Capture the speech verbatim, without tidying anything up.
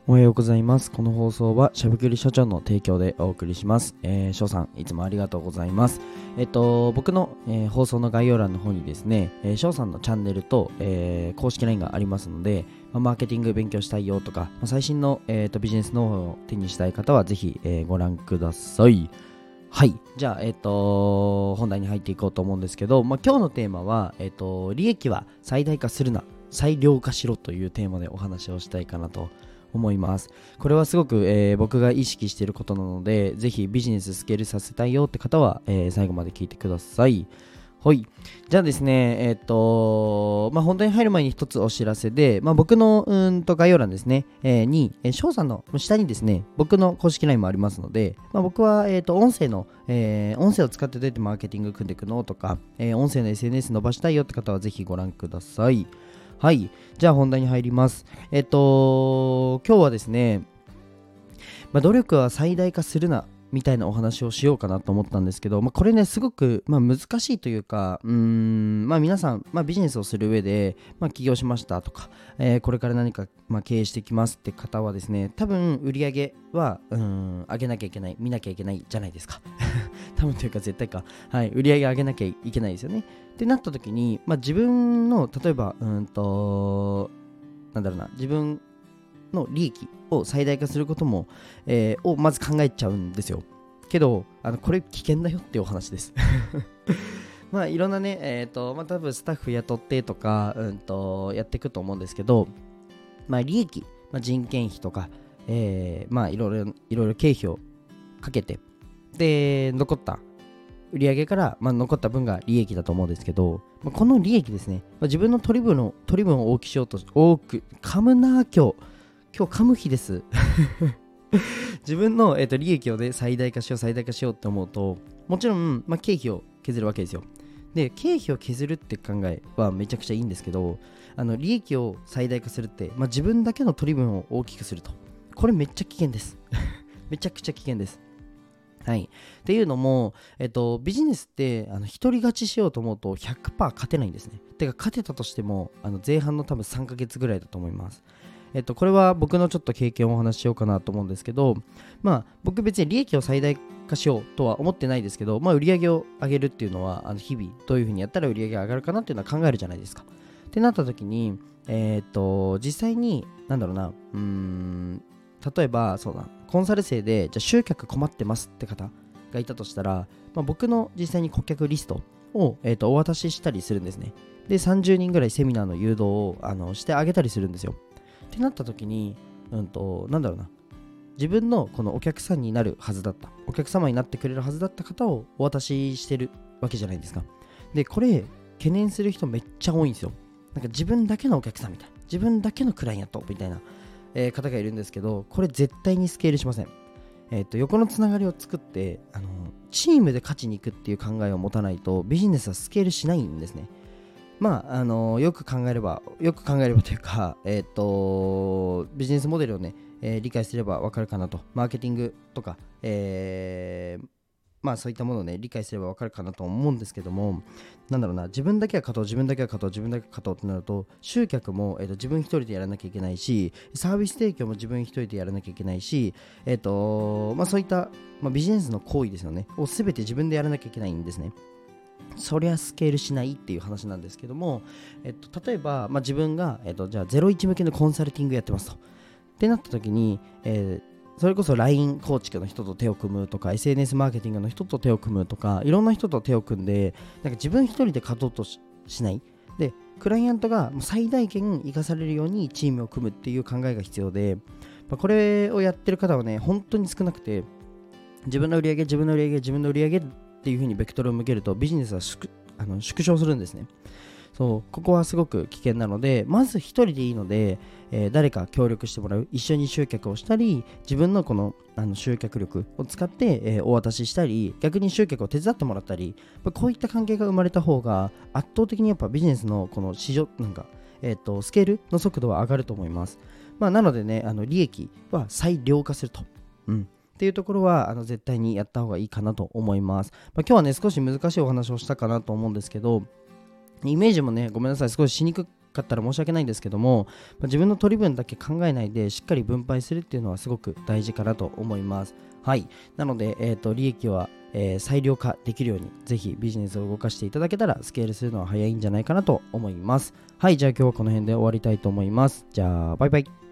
おはようございます。この放送はしゃべくり社長の提供でお送りします。えー、翔さんいつもありがとうございます。えっと僕の、えー放送の概要欄の方にですね、えー翔さんのチャンネルと、えー公式 ライン がありますので、まあマーケティング勉強したいよとか、まあ最新の、えーとビジネスノウハウを手にしたい方はぜひ、えーご覧ください。はい。じゃあ、えっ、と、本題に入っていこうと思うんですけど、まあ、今日のテーマは、えっ、と、利益は最大化するな、最量化しろというテーマでお話をしたいかなと思います。これはすごく、えー僕が意識していることなので、ぜひビジネススケールさせたいよって方は、えー最後まで聞いてください。はい。じゃあですね、えっ、と、まあ、本題に入る前に一つお知らせで、まあ、僕のうーんと概要欄ですね、えーに、えー翔さんの下にですね、僕の公式 ライン もありますので、まあ、僕は、えっ、と、音声の、えー音声を使ってどうやってマーケティング組んでいくのとか、えー音声の エスエヌエス 伸ばしたいよって方はぜひご覧ください。はい。じゃあ本題に入ります。えっ、と、今日はですね、まあ、努力は最大化するなみたいなお話をしようかなと思ったんですけど、まあ、これねすごく、まあ、難しいというかうーん、まあ、皆さん、まあ、ビジネスをする上で、まあ、起業しましたとか、えーこれから何か、まあ、経営していきますって方はですね、多分売り上げはうーん上げなきゃいけない、見なきゃいけないじゃないですか。多分というか絶対か、はい、売り上げ上げなきゃいけないですよねってなった時に、まあ、自分の例えばうーんとなんだろうな、自分の利益を最大化することも、えーをまず考えちゃうんですよ。けど、あのこれ危険だよっていうお話です。まあいろんなね、えっ、と、まあ多分スタッフ雇ってとか、うんと、やっていくと思うんですけど、まあ利益、まあ、人件費とか、えーまあいろいろ、いろいろ経費をかけて、で、残った売上から、まあ、残った分が利益だと思うんですけど、まあ、この利益ですね、まあ、自分の取り分を取り分を大きくしようと多く噛むなー今日今日噛む日です自分の、えーと利益を、ね、最大化しよう最大化しようって思うと、もちろん、まあ、経費を削るわけですよ。で、経費を削るって考えはめちゃくちゃいいんですけど、あの利益を最大化するって、まあ、自分だけの取り分を大きくすると、これめっちゃ危険ですめちゃくちゃ危険です。はい。っていうのも、えっと、ビジネスってあの一人勝ちしようと思うとひゃくパーセント勝てないんですね。てか、勝てたとしてもあの前半の多分さんかげつぐらいだと思います。えっと、これは僕のちょっと経験をお話ししようかなと思うんですけど、まあ、僕別に利益を最大化しようとは思ってないですけど、まあ、売り上げを上げるっていうのは、あの日々どういうふうにやったら売り上げが上がるかなっていうのは考えるじゃないですか。ってなった時に、えっと、実際に、なんだろうな、うーん、例えば、そうだ、コンサル生で、じゃあ集客困ってますって方がいたとしたら、まあ、僕の実際に顧客リストを、えーとお渡ししたりするんですね。で、さんじゅうにんぐらいセミナーの誘導をあのしてあげたりするんですよ。ってなった時に、うんと、なんだろうな、自分のこのお客さんになるはずだった、お客様になってくれるはずだった方をお渡ししてるわけじゃないですか。で、これ、懸念する人めっちゃ多いんですよ。なんか自分だけのお客さんみたいな、自分だけのクライアントみたいな、えー方がいるんですけど、これ絶対にスケールしません。えーと、横のつながりを作って、あのチームで勝ちに行くっていう考えを持たないとビジネスはスケールしないんですね。まあ、あのよく考えれば、よく考えればというか、えっ、と、ビジネスモデルをね、えー理解すればわかるかなと。マーケティングとか、えーまあそういったものをね、理解すればわかるかなと思うんですけども、なんだろうな、自分だけは勝とう、自分だけは勝とう、自分だけは勝とうってなると、集客も、えーと自分一人でやらなきゃいけないし、サービス提供も自分一人でやらなきゃいけないし、えっ、と、まあそういった、まあ、ビジネスの行為ですよね、をすべて自分でやらなきゃいけないんですね。そりゃスケールしないっていう話なんですけども、えっと、例えば、まあ、自分が、えっと、じゃあゼロイチ向けのコンサルティングやってますと。ってなった時に、えーそれこそ ライン 構築の人と手を組むとか エスエヌエス マーケティングの人と手を組むとか、いろんな人と手を組んで、なんか自分一人で勝とうと し, しないで、クライアントが最大限生かされるようにチームを組むっていう考えが必要で、まあ、これをやってる方はね本当に少なくて、自分の売り上げ自分の売り上げ自分の売り上げっていう風にベクトルを向けるとビジネスは縮あの縮小するんですね。そう、ここはすごく危険なので、まず一人でいいので、えー誰か協力してもらう、一緒に集客をしたり、自分のこのあの集客力を使って、えーお渡ししたり、逆に集客を手伝ってもらったり、まあこういった関係が生まれた方が圧倒的にやっぱビジネスのこの市場なんか、えーとスケールの速度は上がると思います。まあ、なのでね、あの利益は最量化すると。うんっていうところはあの絶対にやった方がいいかなと思います。まあ、今日はね少し難しいお話をしたかなと思うんですけど、イメージもねごめんなさい少ししにくかったら申し訳ないんですけども、まあ、自分の取り分だけ考えないでしっかり分配するっていうのはすごく大事かなと思います。はい。なので、えーと、利益は、えー最良化できるように、ぜひビジネスを動かしていただけたらスケールするのは早いんじゃないかなと思います。はい。じゃあ今日はこの辺で終わりたいと思います。じゃあ、バイバイ。